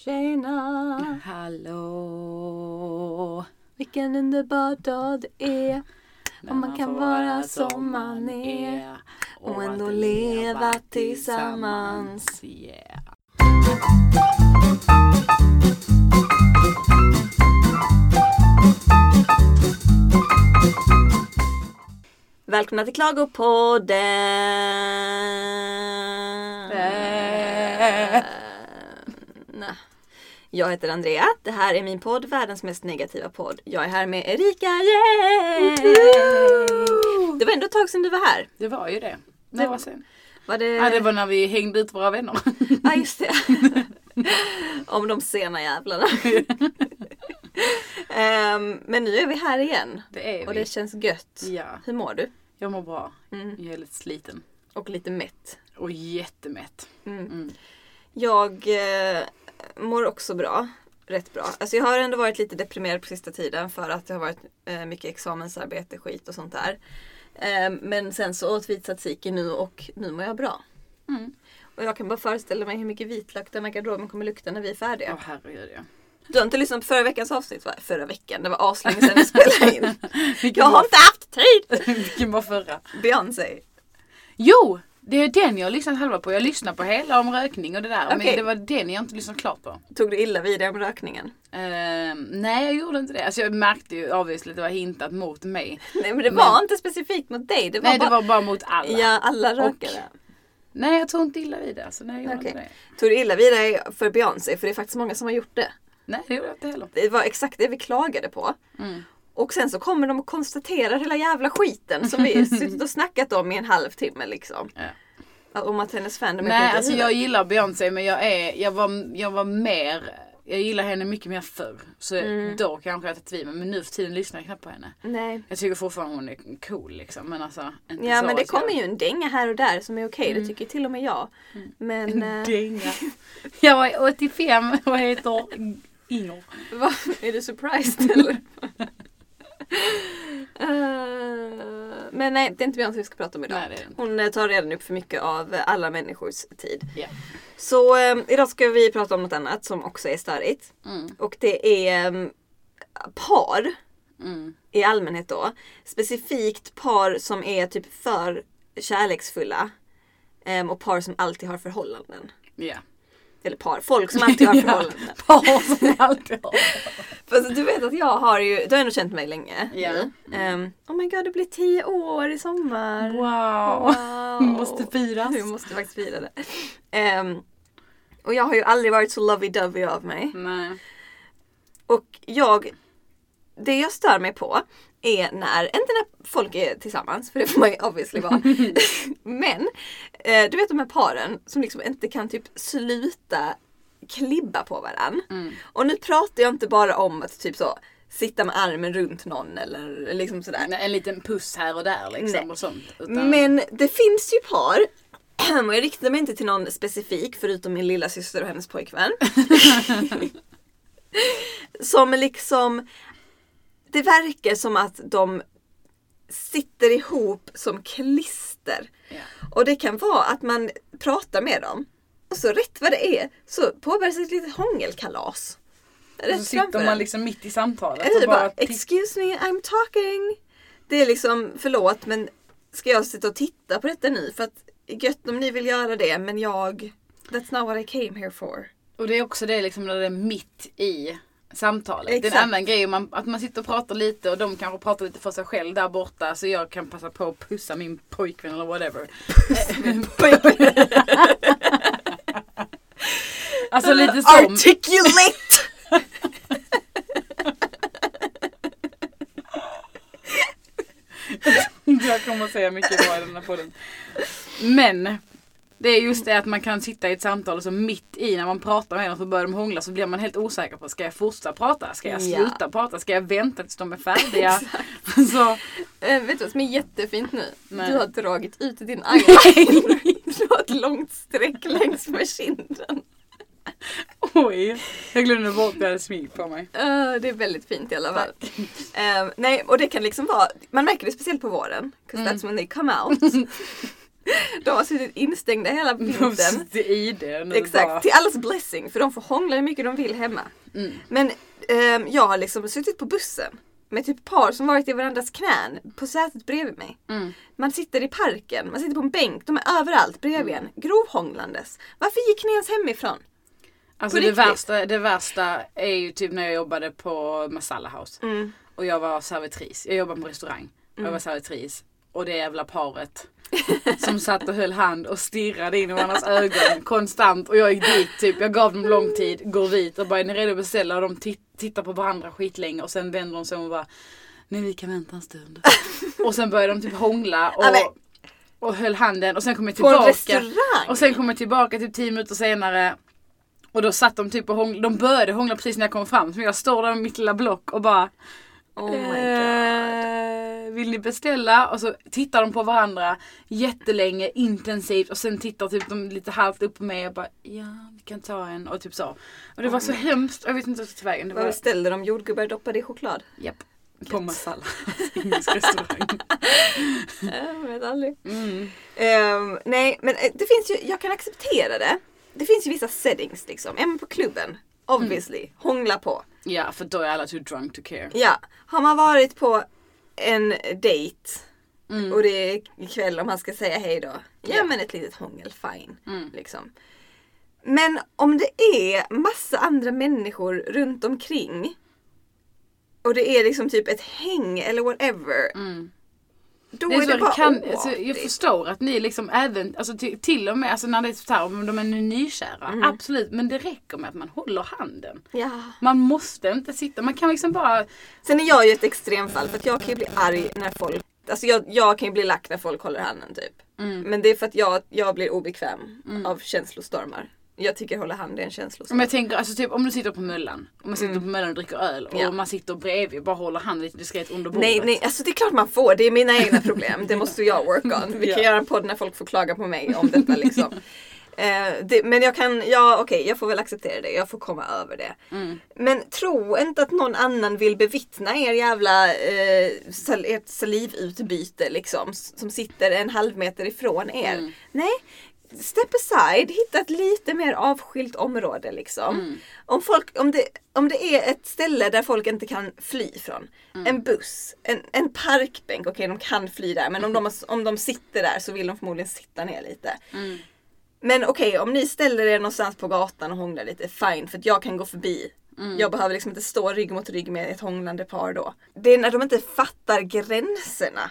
Tjena! Hallå! Vilken underbar dag det är. Om man kan vara som man är. Och ändå leva tillsammans. Yeah. Välkomna till Klagopodden! Nej. Jag heter Andrea. Det här är min podd, världens mest negativa podd. Jag är här med Erika. Yay! Det var ändå ett tag sedan du var här. Det var ju det. Det var sen. Var det... Ja, det var när vi hängde ut våra vänner. Ja, just det. Om de sena jävlarna. Men nu är vi här igen. Det är vi. Och det känns gött. Ja. Hur mår du? Jag mår bra. Jag är lite sliten. Och lite mätt. Och jättemätt. Jag mår också bra. Rätt bra. Alltså jag har ändå varit lite deprimerad på sista tiden. För att det har varit mycket examensarbete, skit och sånt där. Men sen så åt vit tzatziki nu och nu mår jag bra. Och jag kan bara föreställa mig hur mycket vitlök den här garderoben kommer lukta när vi är färdiga. Åh herregud, ja. Du har inte lyssnat på förra veckans avsnitt, va? Förra veckan, det var aslänge sedan vi spelade in. Jag har inte haft tid! Vilken var förra? Beyoncé. Jo! Det är den jag har lyssnat halva på. Jag lyssnade på hela om rökning och det där. Okay. Men det var den jag inte lyssnat klart på. Tog du illa vid dig om rökningen? Nej, jag gjorde inte det. Alltså jag märkte ju obviously att det var hintat mot mig. Nej, men det var inte specifikt mot dig. Det var nej, det var bara mot alla. Ja, alla rökare. Nej, jag tog inte illa vid det. Alltså, nej, jag inte det. Tog du illa vid dig för Beyoncé? För det är faktiskt många som har gjort det. Nej, det gjorde jag inte heller. Det var exakt det vi klagade på. Och sen så kommer de och konstaterar hela jävla skiten som vi suttit och snackat om i en halvtimme liksom. Ja. Om att hennes fandom är nej, alltså jag gillar Beyoncé, men jag var mer... Jag gillar henne mycket mer förr. Så då kanske jag tagit vid mig. Men nu för tiden lyssnar jag knappt på henne. Nej. Jag tycker fortfarande hon är cool liksom. Men alltså, inte ja, så men det kommer ju en dänga här och där som är okej. Det tycker till och med jag. Men, en dänga. Jag är 85 och heter Inger. Va? Är du surprised eller? Men nej, det är inte Beyoncé vi ska prata om idag. Nej, hon tar redan upp för mycket av alla människors tid. Yeah. Så idag ska vi prata om något annat som också är störigt. Och det är par i allmänhet då. Specifikt par som är typ för kärleksfulla. Och par som alltid har förhållanden. Ja. Yeah. Eller folk som alltid har förhållanden. Par som alltid har. För du vet att jag har ju, du har ändå känt mig länge. Yeah. Oh my god, det blir 10 år i sommar. Wow. Måste firas. Vi måste faktiskt fira det. Och jag har ju aldrig varit så lovey-dovey av mig. Nej. Och det jag stör mig på är inte när folk är tillsammans, för det får man ju obviously vara. Men, du vet de här paren som liksom inte kan typ sluta klibba på varann. Och nu pratar jag inte bara om att typ så sitta med armen runt någon eller liksom sådär. Nej, en liten puss här och där liksom och sånt. Utan... Men det finns ju par, och jag riktar mig inte till någon specifik förutom min lilla syster och hennes pojkvän. Som liksom, det verkar som att de sitter ihop som klister. Yeah. Och det kan vara att man pratar med dem. Och så rätt vad det är så påbörjas ett litet hångelkalas. Och så sitter man liksom mitt i samtalet. Eller och bara, excuse me, I'm talking. Det är liksom, förlåt, men ska jag sitta och titta på detta nu? För att gött om ni vill göra det, men that's not what I came here for. Och det är också det liksom när det är mitt i samtalet. Exakt. Det är en annan grej att man sitter och pratar lite och de kanske pratar lite för sig själv där borta, så jag kan passa på att pussa min pojkvän eller whatever. Alltså lite som articulate. Jag kommer att säga mycket bra i den här podden. Men det är just det att man kan sitta i ett samtal och så mitt i när man pratar med någon så börjar de hångla, så blir man helt osäker på, ska jag fortsätta prata? Ska jag sluta prata? Ska jag vänta tills de är färdiga? Så. Vet du vad som är jättefint nu? Nej. Du har dragit ut din eyeliner. Du har ett långt streck längs med kinden. Oj, jag glömde bort att jag hade smink på mig. Det är väldigt fint i alla fall. Nej, och det kan liksom vara, man märker det speciellt på våren. 'Cause that's when they come out. De har suttit instängda hela vintern. I det. Exakt, till allas blessing. För de får hångla hur mycket de vill hemma. Men jag har liksom suttit på bussen med typ par som varit i varandras knän på sätet bredvid mig. Man sitter i parken, man sitter på en bänk, de är överallt bredvid en, grovhånglandes. Varför gick ni ens hemifrån? Alltså det värsta är ju typ när jag jobbade på Masala House. Och jag var servitris. Jag jobbade på restaurang. Och jag var servitris. Och det jävla paret som satt och höll hand och stirrade in i varandras ögon konstant. Och jag gick dit typ, jag gav dem lång tid, går dit och bara, är ni redo att beställa? Och de tittar på varandra skitlänge och sen vänder de sig och bara, nej vi kan vänta en stund. Och sen började de typ hångla och höll handen och sen kom jag tillbaka. Och sen kom jag tillbaka typ 10 minuter senare. Och då satt de typ och hångla, de började hångla precis när jag kom fram. Så jag står där med mitt lilla block och bara, oh my god. Vill ni beställa? Och så tittar de på varandra jättelänge, intensivt. Och sen tittar typ de lite halvt upp på mig och bara, ja, vi kan ta en. Och typ så. Och det var så hemskt. Jag vet inte vad jag vägen. Vad beställde de? Jordgubbar doppade i choklad? Japp. På Masala. Engelsk restaurang. Jag vet aldrig. Nej, men det finns ju, jag kan acceptera det. Det finns ju vissa settings liksom. Även på klubben. Obviously. Hångla på. Ja, för då är alla too drunk to care. Ja. Har man varit på en date och det är ikväll om man ska säga hej då. Ja, men ett litet hångel, fine. Liksom. Men om det är massa andra människor runt omkring och det är liksom typ ett häng eller whatever. Då är det bara alltså, jag förstår att ni liksom även, alltså till och med alltså när det är så här, om de är nykära, absolut, men det räcker med att man håller handen. Ja. Man måste inte sitta, man kan liksom bara... Sen är jag ju ett extremfall för att jag kan ju bli arg när folk, alltså jag kan ju bli lack när folk håller handen typ. Men det är för att jag blir obekväm av känslostormar. Jag tycker hålla hand är en känslostorm. Men jag tänker, alltså typ om du sitter på Möllan, om man sitter på Möllan och dricker öl och man sitter bredvid och bara håller handen lite diskret under bordet. Nej, alltså det är klart man får. Det är mina egna problem. Det måste jag work on. Vi kan göra en podd när folk får klaga på mig om detta liksom. Men jag får väl acceptera det. Jag får komma över det. Men tro inte att någon annan vill bevittna er jävla ert salivutbyte liksom. Som sitter en halv meter ifrån er. Nej. Step aside, hitta ett lite mer avskilt område liksom. Om det är ett ställe där folk inte kan fly från. En buss, en parkbänk, okej, de kan fly där, men om de sitter där så vill de förmodligen sitta ner lite. Men okej, om ni ställer er någonstans på gatan och hånglar lite, fine, för att jag kan gå förbi. Jag behöver liksom inte stå rygg mot rygg med ett hånglande par då. Det är när de inte fattar gränserna.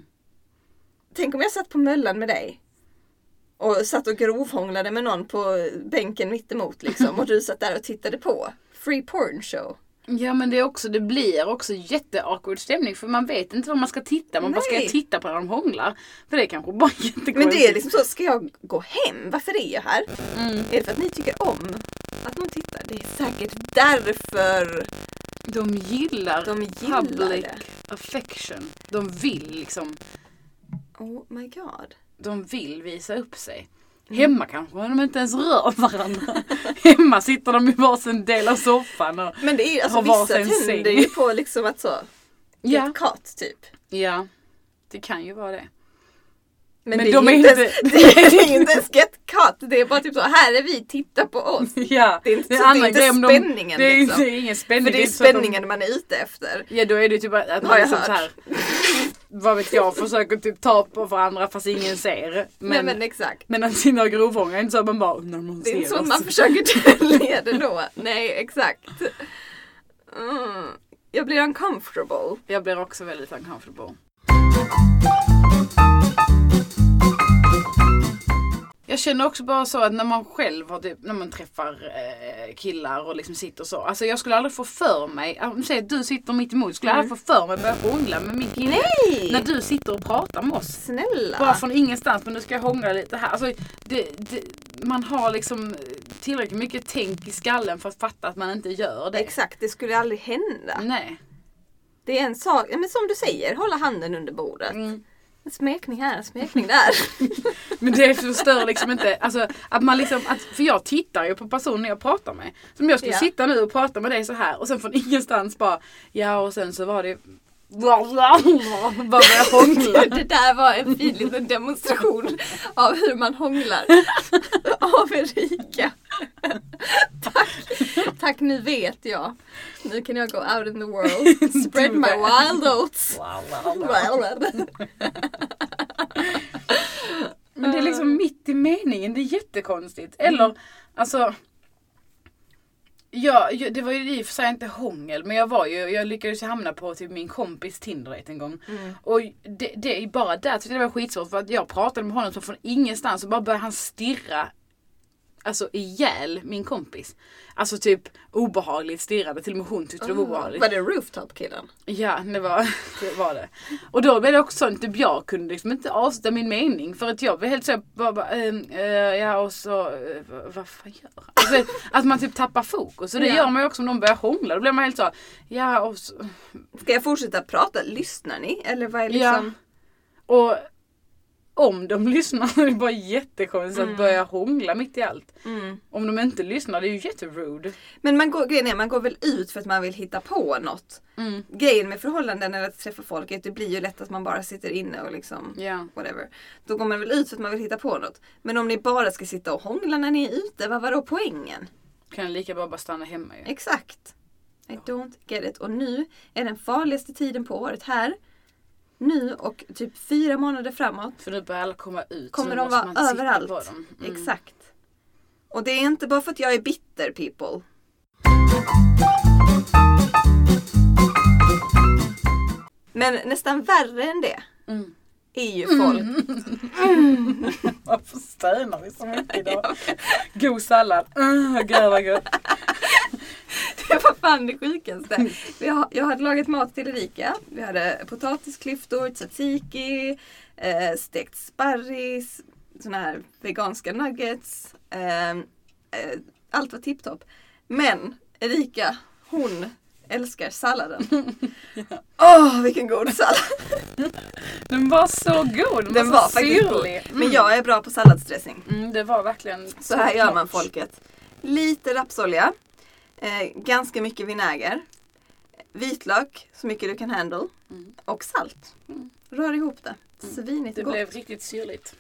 Tänk om jag satt på Möllan med dig och satt och grovhånglade med någon på bänken mitt emot liksom. Och du satt där och tittade på. Free porn show. Ja, men det blir också jätteawkward stämning. För man vet inte vad man ska titta. Man bara ska titta på när de hånglar. För det är kanske bara jättekonstigt. Men det är liksom så, ska jag gå hem? Varför är jag här? Är det för att ni tycker om att någon tittar? Det är säkert därför. De gillar public det. affection. De vill liksom. Oh my god. De vill visa upp sig. Hemma kanske de inte ens rör varandra. Hemma sitter de i varsin del av soffan och men det är ju, alltså vissa tänder ju på liksom att så ett katt typ. Ja, det kan ju vara det. Men det är ju inte en get cut. Det är bara typ så, här är vi, titta på oss. Ja, det är inte spänningen det är liksom. Ingen spänning. För det är spänningen man är ute efter. Ja, då är det typ att man liksom så här, vad vet jag, försöker typ ta på varandra fast ingen ser. Men exakt. Men att sina grovhångar är inte så man bara, när man det är ser inte så oss. man försöker dölja det då. Nej, exakt. Jag blir uncomfortable. Jag blir också väldigt uncomfortable. Jag känner också bara så att när man själv har typ, när man träffar killar och liksom sitter så. Alltså jag skulle aldrig få för mig, om säger att du sitter mitt emot, skulle jag aldrig få för mig att börja hångla med min kille. Nej! När du sitter och pratar med oss. Snälla. Bara från ingenstans, men nu ska jag hångla lite här. Alltså man har liksom tillräckligt mycket tänk i skallen för att fatta att man inte gör det. Exakt, det skulle aldrig hända. Nej. Det är en sak, men som du säger, hålla handen under bordet. En smekning här, en smekning där. Men det förstör liksom inte, alltså att man liksom, för jag tittar ju på personen jag pratar med. Som jag skulle sitta nu och prata med dig så här och sen från ingenstans bara, ja och sen så var det Bara börjar hångla. Det där var en fin liten demonstration av hur man hånglar. Av Erika. Tack, nu vet jag. Nu kan jag gå out in the world. Spread my wild oats. Men det är liksom mitt i meningen. Det är jättekonstigt. Eller, alltså... Ja, det var ju i och för sig inte hångel, men jag lyckades hamna på typ min kompis Tinder en gång. Och det är bara där tyckte jag det var skitsvårt, för att jag pratade med honom så från ingenstans och bara började han stirra alltså ihjäl min kompis. Alltså typ obehagligt stirrade, till och med hon tyckte det var obehagligt. Var det rooftop-killen? Ja, det var det. Och då blev det också sånt typ jag kunde liksom inte avsluta min mening, för att jag var helt så ja, och så vad fan gör han? Alltså, att man typ tappar fokus, och det gör man ju också om någon börjar hångla. Då blir man helt så, ja, och så. Ska jag fortsätta prata? Lyssnar ni? Eller vad är liksom... Ja. Och om de lyssnar så är det bara jättekonstigt att börja hångla mitt i allt. Om de inte lyssnar, det är ju jätterude. Men man går väl ut för att man vill hitta på något. Grejen med förhållanden eller att träffa folk är att det blir ju lätt att man bara sitter inne och liksom whatever. Då går man väl ut för att man vill hitta på något. Men om ni bara ska sitta och hångla när ni är ute, vad var då poängen? Kan lika bara stanna hemma ju. Exakt. I don't get it. Och nu är den farligaste tiden på året här. Nu och typ 4 månader framåt. För nu börjar alla komma ut. Kommer de vara överallt. Exakt. Och det är inte bara för att jag är bitter, people. Men nästan värre än det är ju folk. Varför stönar vi så mycket idag? God sallad. Gud vad gott. Det var fan det sjukaste. Jag hade lagat mat till Erika. Vi hade potatisklyftor, tzatziki, stekt sparris, såna här veganska nuggets. Allt var tipptopp. Men Erika, hon älskar salladen. Vilken god sallad. Den var så god. Den var faktiskt god. Men jag är bra på salladsdressing. Det var verkligen så här gör man folket. Lite rapsolja. Ganska mycket vinäger. Vitlök, så mycket du kan handle. Och salt. Rör ihop det. Svinigt det gott. Blev riktigt syrligt.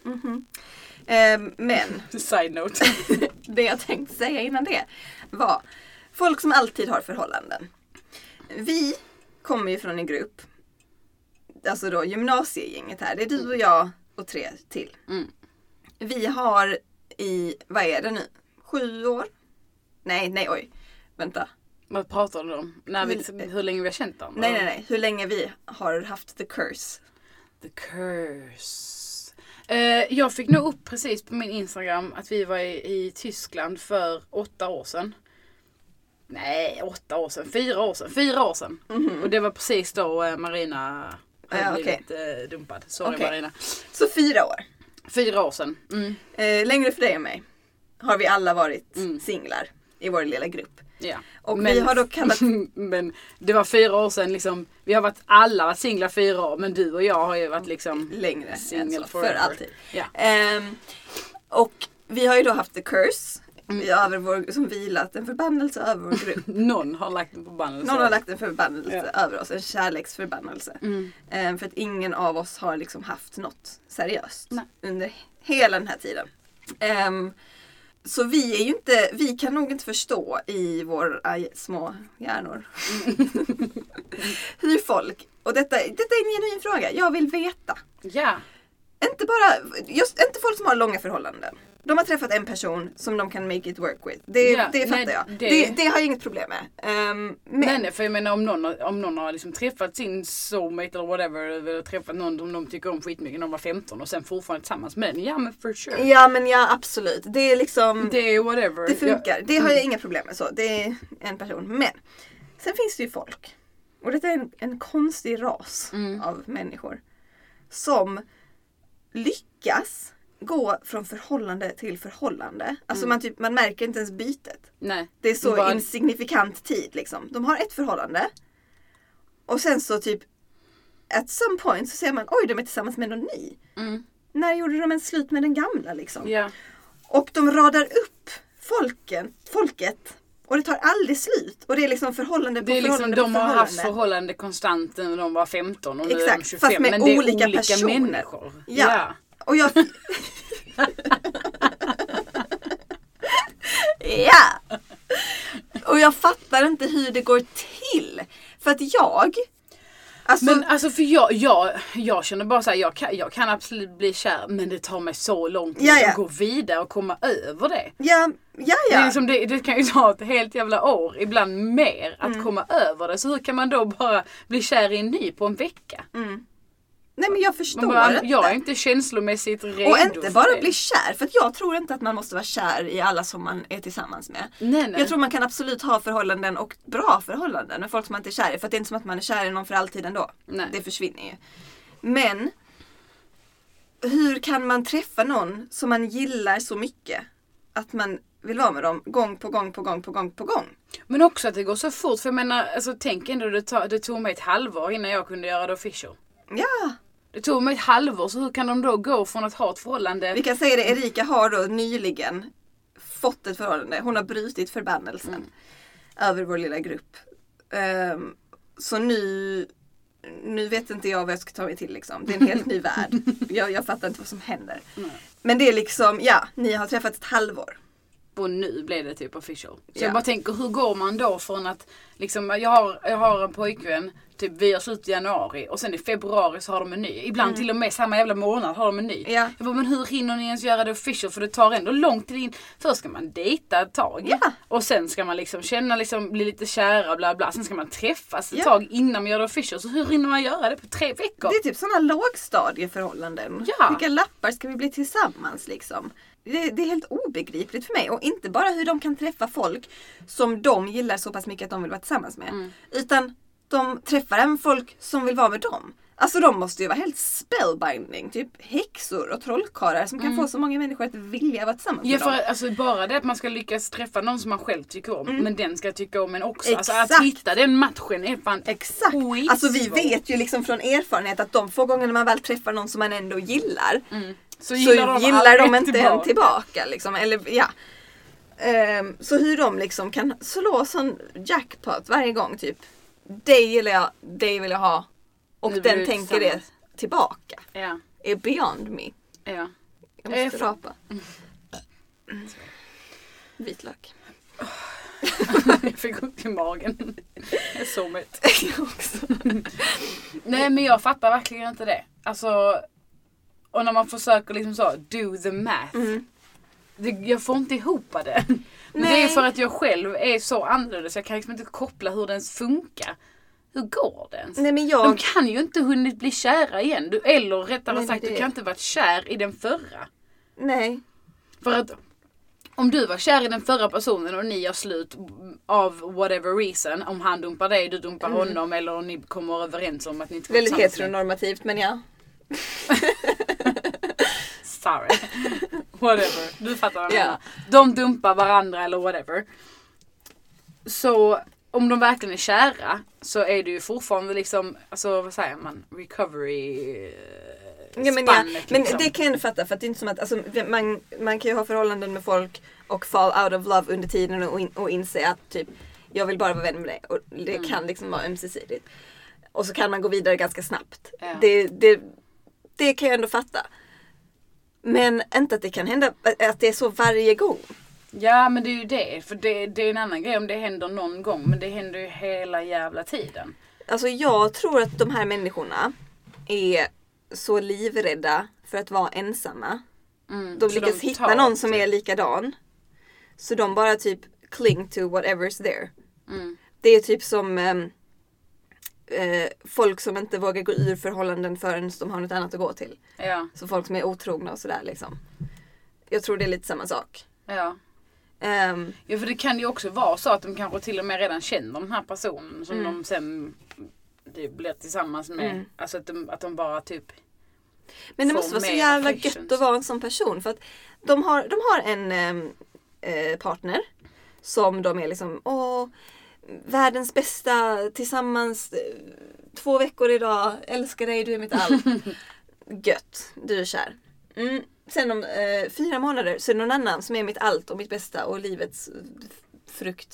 Men side note. Det jag tänkte säga innan det var folk som alltid har förhållanden. Vi kommer ju från en grupp, alltså då gymnasiegänget här. Det är du och jag och 3 till. Vi har i, vad är det nu? 7 år? Nej, oj. Vänta. Vad pratar du om? Hur länge vi har känt dem? Nej. Hur länge vi har haft the curse. The curse. Jag fick nog upp precis på min Instagram att vi var i Tyskland för 8 år sedan. Nej, 8 år sedan. 4 år sedan. 4 år sedan. Och det var precis då Marina blivit dumpad. Sorry Marina. Så 4 år. 4 år sedan. Längre för dig och mig har vi alla varit singlar i vår lilla grupp. Ja. Och vi har då kallat... men det var 4 år sedan liksom. Vi har alla varit singlar 4 år. Men du och jag har ju varit liksom längre single för alltid. Ja. Och vi har ju då haft the curse. Vi har som vilat en förbannelse över vår grupp. Någon har lagt en förbannelse. Någon har lagt en förbannelse över oss. En kärleksförbannelse. För att ingen av oss har liksom haft något seriöst. Under hela den här tiden. Så vi kan nog inte förstå i våra små hjärnor hur folk, och detta är en genuin fråga, jag vill veta. Ja. Inte folk som har långa förhållanden. De har träffat en person som de kan make it work with. Det fattar jag. Det har jag inget problem med. Nej, för jag menar om någon har liksom träffat sin soulmate eller whatever, eller träffat någon som de tycker om skitmycket när de var 15 och sen fortfarande tillsammans med den. Ja, men for sure. Ja, men ja, absolut. Det är liksom... Det är whatever. Det funkar. Det har jag inga problem med. Så. Det är en person. Men sen finns det ju folk. Och det är en konstig ras av människor som lyckas gå från förhållande till förhållande. Alltså man märker inte ens bytet. Nej. Det är så insignifikant tid liksom. De har ett förhållande. Och sen så typ at some point så ser man, oj, de är tillsammans med någon ny. När gjorde de en slut med den gamla liksom? Yeah. Och de radar upp folket Och det tar aldrig slut. Och det är liksom förhållande på det är liksom, förhållande de på har förhållande. haft förhållande konstant när de var 15 och nu Exakt, är de 25. fast med men det är olika olika personer. människor. Ja. Och jag... ja! Och jag fattar inte hur det går till. För att jag... Alltså, Men alltså för jag känner bara så här, jag kan absolut bli kär, men det tar mig så lång tid att gå vidare och komma över det. Ja. Det, är liksom, det kan ju ta ett helt jävla år, ibland mer, att komma över det. Så hur kan man då bara bli kär i en ny på en vecka? Nej, men jag förstår bara, inte. Jag är inte känslomässigt redo. Och inte bara bli kär. För att jag tror inte att man måste vara kär i alla som man är tillsammans med. Nej. Jag tror man kan absolut ha förhållanden och bra förhållanden med folk som man inte är kär i. För att det är inte som att man är kär i någon för alltid ändå. Nej. Det försvinner ju. Men hur kan man träffa någon som man gillar så mycket att man vill vara med dem gång på gång? Men också att det går så fort. För jag menar, alltså, tänk ändå det tog mig ett halvår innan jag kunde göra det official. Ja. Det tog mig ett halvår, så hur kan de då gå från att ha ett förhållande? Vi kan säga det, Erika har då nyligen fått ett förhållande. Hon har brutit förbannelsen över vår lilla grupp. Så nu vet inte jag vad jag ska ta mig till liksom. Det är en helt ny värld. Jag fattar inte vad som händer. Men det är liksom, ni har träffat ett halvår. Och nu blev det typ official. Så jag bara tänker, hur går man då från att liksom, jag har en pojkvän, typ vi har slut i januari och sen i februari så har de en ny. Ibland till och med samma jävla månad har de en ny. Ja. Jag bara, men hur hinner ni ens göra det official? För det tar ändå lång tid in. Först ska man dejta ett tag. Ja. Och sen ska man liksom känna, liksom, bli lite kära och bla bla. Sen ska man träffas ett tag innan man gör det official. Så hur hinner man göra det på 3 veckor? Det är typ sådana lågstadieförhållanden. Ja. Vilka lappar ska vi bli tillsammans liksom? Det är helt obegripligt för mig. Och inte bara hur de kan träffa folk som de gillar så pass mycket att de vill vara tillsammans med. Utan de träffar även folk som vill vara med dem. Alltså de måste ju vara helt spellbinding. Typ häxor och trollkarlar som kan få så många människor att vilja vara tillsammans med dem. Alltså bara det att man ska lyckas träffa någon som man själv tycker om. Men den ska tycka om en också. Exakt. Alltså att hitta den matchen är fan exakt. Alltså vi vet ju liksom från erfarenhet att de få gånger när man väl träffar någon som man ändå gillar. Så gillar de inte en tillbaka liksom. Eller så hur de liksom kan slå sån jackpot varje gång typ. Det gillar jag, det vill jag ha. Och den tänker det tillbaka. Ja. Är beyond me. Ja. Jag måste rapa. Vitlök. Jag fick upp i magen. Jag är så mätt. Jag också. Nej, men jag fattar verkligen inte det. Alltså, och när man försöker liksom så, do the math. Jag får inte ihop det. Men det är för att jag själv är så annorlunda så jag kan liksom inte koppla hur det ens funkar. Hur går det ens? Nej, men De kan ju inte hunnit bli kära igen. Eller rättare sagt, du kan inte varit kär i den förra. Nej. För att om du var kär i den förra personen och ni gör slut av whatever reason, om han dumpar dig, du dumpar honom, eller om ni kommer överens om att ni inte väldigt heteronormativt, men ja. Sorry. Whatever. Du fattar vad jag menar. De dumpar varandra eller whatever. Så om de verkligen är kära så är det ju fortfarande liksom, alltså vad säger man, recovery spannet, men liksom. det kan jag ändå fatta, för att det är inte som att alltså, man kan ju ha förhållanden med folk och fall out of love under tiden och inse att typ jag vill bara vara vän med dig, och det kan liksom vara ömsesidigt. Och så kan man gå vidare ganska snabbt. Ja. Det kan jag ändå fatta. Men inte att det kan hända att det är så varje gång. Ja, men det är ju det. För det är en annan grej om det händer någon gång. Men det händer ju hela jävla tiden. Alltså jag tror att de här människorna är så livrädda för att vara ensamma. De lyckas hitta någon som är likadan. Så de bara typ cling to whatever's there. Det är typ som folk som inte vågar gå ur förhållanden förrän de har något annat att gå till. Ja. Så folk som är otrogna och sådär liksom. Jag tror det är lite samma sak. Ja. Ja, för det kan ju också vara så att de kanske till och med redan känner den här personen som de sen blir tillsammans med. Alltså att de bara typ. Men det måste vara så jävla gött att vara en sån person. För att de har en partner som de är liksom, världens bästa tillsammans 2 veckor idag, älskar dig, du är mitt allt. Gött, du är kär. Sen om 4 månader så är det någon annan som är mitt allt och mitt bästa och livets frukt.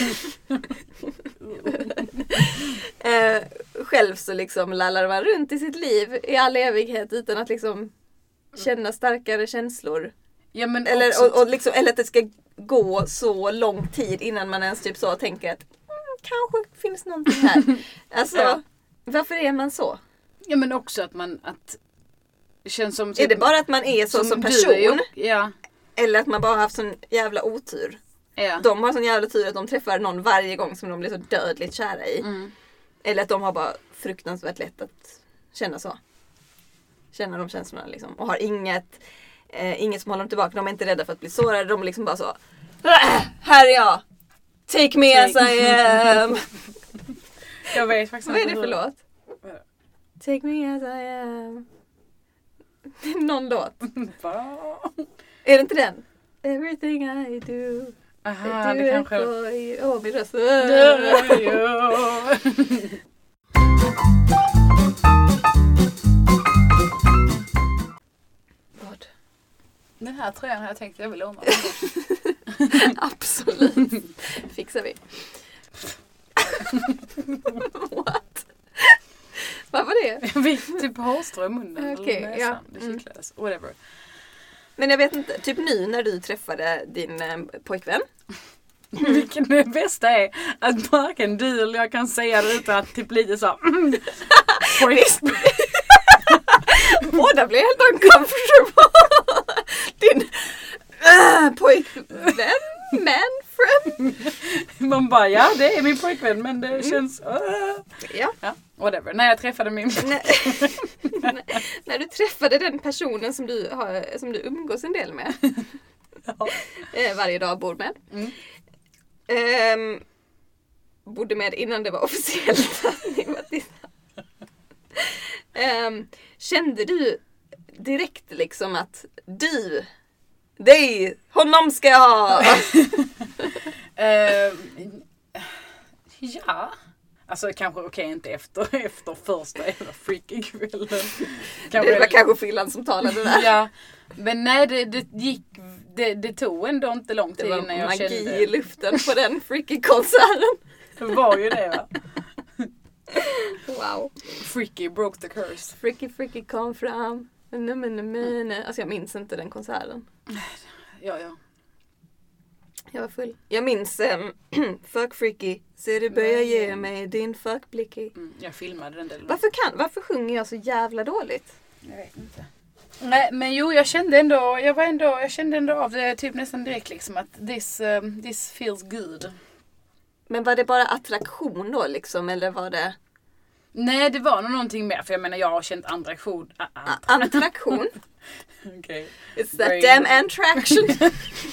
Själv så liksom lallar man runt i sitt liv i all evighet utan att liksom känna starkare känslor. Ja, men eller, och liksom, eller att det ska gå så lång tid innan man ens typ så tänker att kanske finns någonting här. Alltså, varför är man så? Ja, men också att det känns som... Är det bara att man är så som person? Ja. Eller att man bara har haft sån jävla otur? Ja. De har sån jävla tur att de träffar någon varje gång som de blir så dödligt kära i. Eller att de har bara fruktansvärt lätt att känna så. Känna de känslorna liksom. Och har inget som håller dem tillbaka. De är inte rädda för att bli sårade. De är liksom bara så. Här är jag! Take me as I am! Jag vet faktiskt inte. Vad är det för låt? Take me as I am. Någon låt. Är det inte den? Everything I do. Aha, det kanske... Åh, min röst. Vad? Den här tröjan har jag tänkt att jag vill låna. Absolut. Fixar vi. What? Vad var det? Jag vet, typ hårstrå i munnen. Okej, eller ja. Det kittlades. Whatever. Men jag vet inte, typ nu när du träffade din pojkvän. Vilken det bästa är att varken du eller jag kan säga det utan att typ lite så Båda blir helt uncomfortable. Din pojkvän, man-friend. Man bara, ja det är min pojkvän men det känns... Ja, whatever. När jag träffade min när du träffade den personen som du umgås en del med. Varje dag bor med. Bodde med innan det var officiellt att ni var kände du direkt liksom att honom ska jag ha? Ja. Alltså kanske okej, inte efter första eller freaky kvällen. Det var kanske fyllan som talade där. Ja. Men nej, det tog ändå inte lång tid innan jag kände... Det var magi i luften på den freaky-konserten. Det var ju det, va? Wow. Freaky broke the curse. Freaky kom fram. Alltså jag minns inte den konserten. Ja. Jag var full. Jag minns fuck freaky. Så du börjar ge mig din fuck blicky. Jag filmade den delen. Varför sjunger jag så jävla dåligt? Jag vet inte. Nej, men jo, jag kände ändå av det typ nästan direkt liksom att this feels good. Men var det bara attraktion då liksom, eller var det... Nej, det var nog någonting mer, för jag menar jag har känt attraktion. Attraktion? Okay. It's that damn attraction.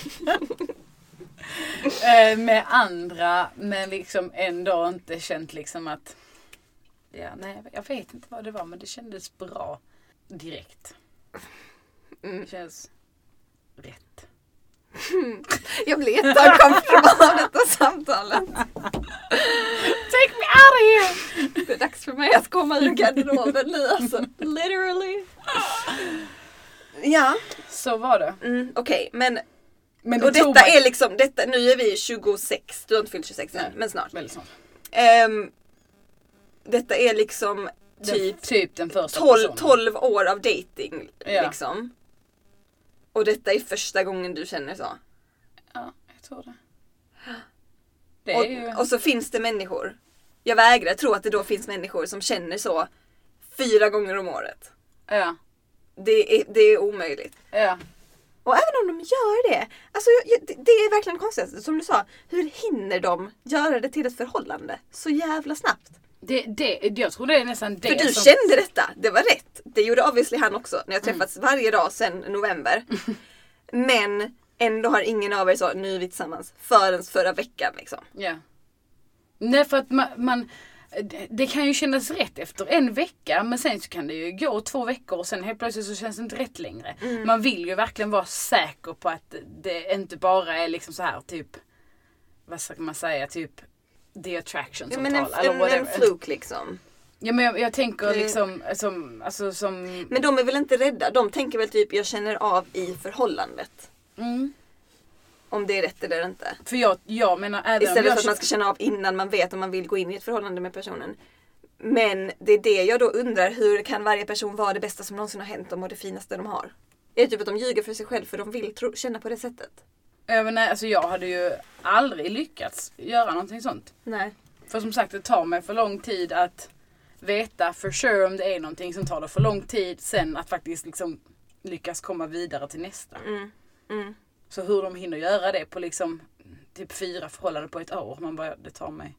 Med andra, men liksom ändå inte känt liksom att... Ja, nej, jag vet inte vad det var, men det kändes bra direkt. Det känns rätt. Jag blir jätteuncomfortable av detta samtalet. Take me out of here! Det är dags för mig att komma ur garderoben nu alltså. Literally. Ja. Så var det. Okej, men det och detta är liksom, nu är vi 26, du har inte fyllt 26 än, men snart. Väldigt snart. Detta är liksom typ den första 12 år av dating liksom. Och detta är första gången du känner så. Ja, jag tror det. Och så finns det människor. Jag vägrar tro att det då finns människor som känner så 4 gånger om året. Ja. Det är omöjligt. Ja. Och även om de gör det. Alltså det är verkligen konstigt. Som du sa, hur hinner de göra det till ett förhållande så jävla snabbt? Jag tror det är nästan det. För du kände detta, det var rätt. Det gjorde obviously han också. När jag träffats varje dag sedan november. Men ändå har ingen av er så, nu är vi tillsammans, förrän förra veckan liksom. Ja. Nej, för att man det kan ju kännas rätt efter en vecka, men sen så kan det ju gå 2 veckor och sen helt plötsligt så känns det inte rätt längre. Man vill ju verkligen vara säker på att det inte bara är liksom så här typ, vad ska man säga, typ the attraction som talar. En fluk liksom. Ja, men jag tänker liksom som... Men de är väl inte rädda? De tänker väl typ, jag känner av i förhållandet. om det är rätt eller inte. För jag menar även istället för att man ska känna av innan man vet om man vill gå in i ett förhållande med personen. Men det är det jag då undrar, hur kan varje person vara det bästa som någonsin har hänt dem och det finaste de har? Är det typ att de ljuger för sig själv för de vill känna på det sättet? Alltså jag hade ju aldrig lyckats göra någonting sånt. Nej. För som sagt, det tar mig för lång tid att veta för sure om det är någonting, som tar det för lång tid sen att faktiskt liksom lyckas komma vidare till nästa. Så hur de hinner göra det på liksom typ 4 förhållanden på ett år, man bara, det tar mig...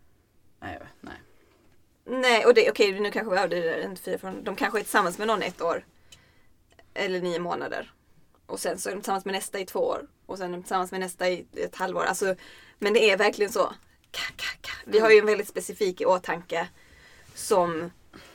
Nej, och det okej, nu kanske vi överdriver inte 4 förhållanden. De kanske är tillsammans med någon 1 år. Eller 9 månader. Och sen så är de tillsammans med nästa i 2 år. Och sen är de tillsammans med nästa i ett halvår. Alltså, men det är verkligen så. Vi har ju en väldigt specifik i åtanke som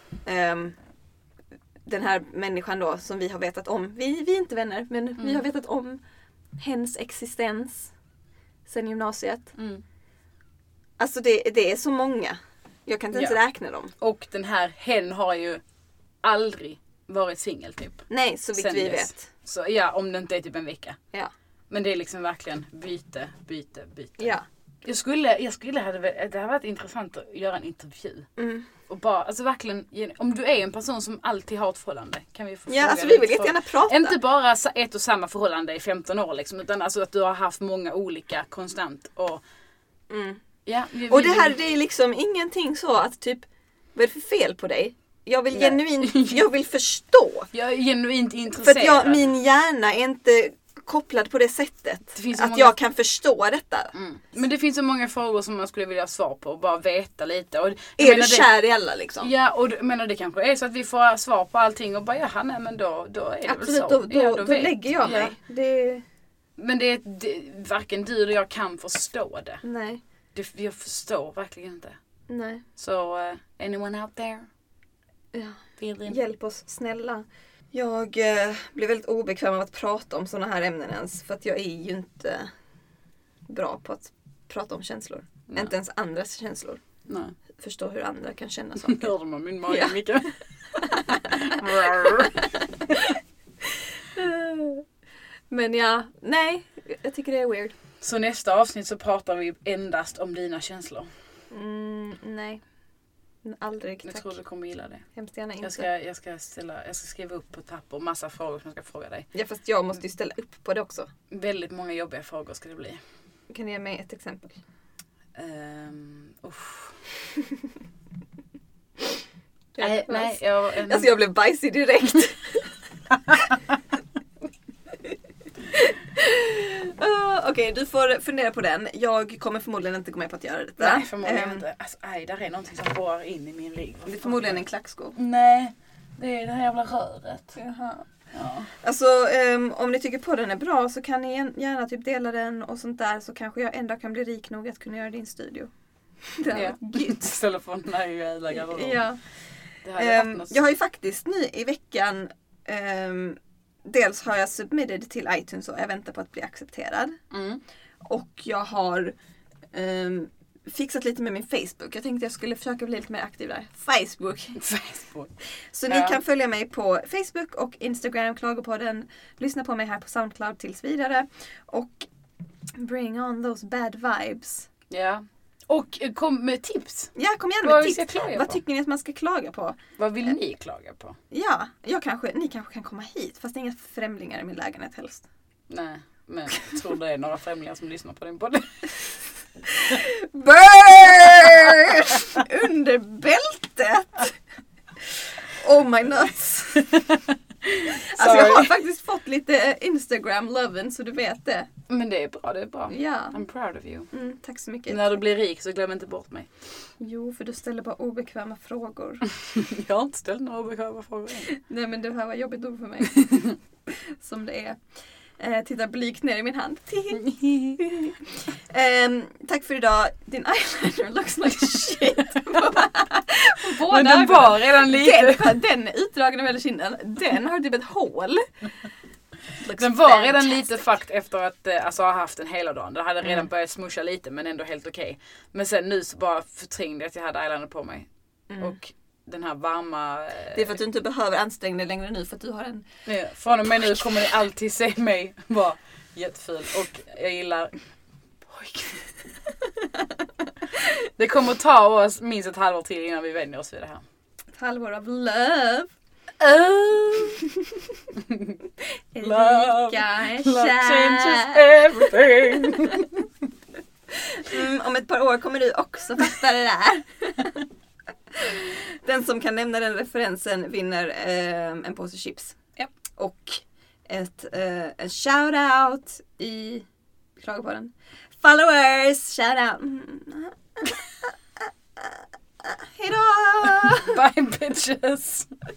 den här människan då som vi har vetat om. Vi är inte vänner, men vi har vetat om hens existens sen gymnasiet. Alltså det är så många. Jag kan inte ens räkna dem. Och den här hen har ju aldrig varit singel typ. Nej, så vitt vi vet. Så ja, om det inte är typ en vecka. Ja. Men det är liksom verkligen byte. Ja. Det hade varit intressant att göra en intervju. Och bara, alltså verkligen, om du är en person som alltid har ett förhållande, kan vi få fråga. Ja, alltså vi vill jättegärna prata. Inte bara ett och samma förhållande i 15 år liksom, utan alltså att du har haft många olika konstant. Och, ja, och det här, det är liksom ingenting så att typ, vad är det för fel på dig? Jag vill jag vill förstå. Jag är genuint intresserad. För att min hjärna är inte kopplad på det sättet. Att jag kan förstå detta. Men det finns så många frågor som man skulle vilja ha svar på och bara veta lite. Och är du kär i alla liksom? Ja, och det kanske är så att vi får svar på allting och bara jaha, nej men då är det absolut, väl så. Då lägger jag mig. Ja. Men varken du eller jag kan förstå det. Nej. Jag förstår verkligen inte. Nej. Så anyone out there? Ja. Hjälp oss, snälla. Jag blir väldigt obekväm av att prata om såna här ämnen ens. För att jag är ju inte bra på att prata om känslor. Nej. Inte ens andras känslor. Nej. Förstå hur andra kan känna saker. Hörde man min mage mycket? Men ja, nej. Jag tycker det är weird. Så nästa avsnitt så pratar vi endast om dina känslor. Nej. Aldrig, tack. Jag tror du kommer gilla det. Hemskt gärna inte. Jag ska skriva upp på tappor massa frågor som jag ska fråga dig. Ja, fast jag måste ju ställa upp på det också. Väldigt många jobbiga frågor ska det bli. Kan du ge mig ett exempel? Nej, alltså jag blev bajsig direkt. Okej, du får fundera på den. Jag kommer förmodligen inte gå med på att göra detta. Nej, förmodligen inte. Alltså, där är någonting som borrar in i min rygg. Det är förmodligen en klacksko. Nej, det är det här jävla röret. Jaha. Ja. Alltså, om ni tycker på den är bra så kan ni gärna typ dela den och sånt där. Så kanske jag ändå kan bli rik nog att kunna göra din studio. Det är gud. Ställa på den här jävla garderoben. Ja. Jag har ju faktiskt nu i veckan... dels har jag submitted till iTunes och jag väntar på att bli accepterad. Och jag har fixat lite med min Facebook. Jag tänkte jag skulle försöka bli lite mer aktiv där. Facebook. Så ni kan följa mig på Facebook och Instagram, Klagopodden. Lyssna på mig här på Soundcloud tills vidare. Och bring on those bad vibes. Ja. Och kom med tips. Ja, kom gärna med tips. Vad tycker ni att man ska klaga på? Vad vill ni klaga på? Ja, ni kanske kan komma hit. Fast det är inga främlingar i min lägenhet helst. Nej, men jag tror det är några främlingar som lyssnar på din podd. Burn! Under bältet! Oh my nuts! Alltså jag har faktiskt fått lite Instagram-loven så du vet det. Men det är bra. Ja. I'm proud of you. Tack så mycket. När du blir rik så glöm inte bort mig. Jo, för du ställer bara obekväma frågor. Jag har inte ställt några obekväma frågor än. Nej, men det här var jobbigt ord för mig. Som det är. Titta blygt ner i min hand. Tack för idag. Din eyeliner looks like shit. Men den var redan lite. Den utdragen över kinden. Den har typ ett hål. Den var redan lite fucked efter att ha haft en hela dagen. Den hade redan börjat smusha lite men ändå helt okej. Men sen nu så bara förträngde jag att jag hade eyeliner på mig. Och den här varma... Det är för att du inte behöver anstränga dig längre nu för att du har en... Ja, från och med nu kommer ni alltid se mig bara Jättefin. Och jag gillar pojkvän. Det kommer att ta oss minst ett halvår till innan vi vänjer oss vid det här. Ett halvår av love. Love changes everything. Om ett par år kommer du också fatta det där. Den som kan nämna den referensen vinner en påse chips. Ja. Och en shout-out i Klagopodden. Followers, shout-out. Hejdå! Bye bitches.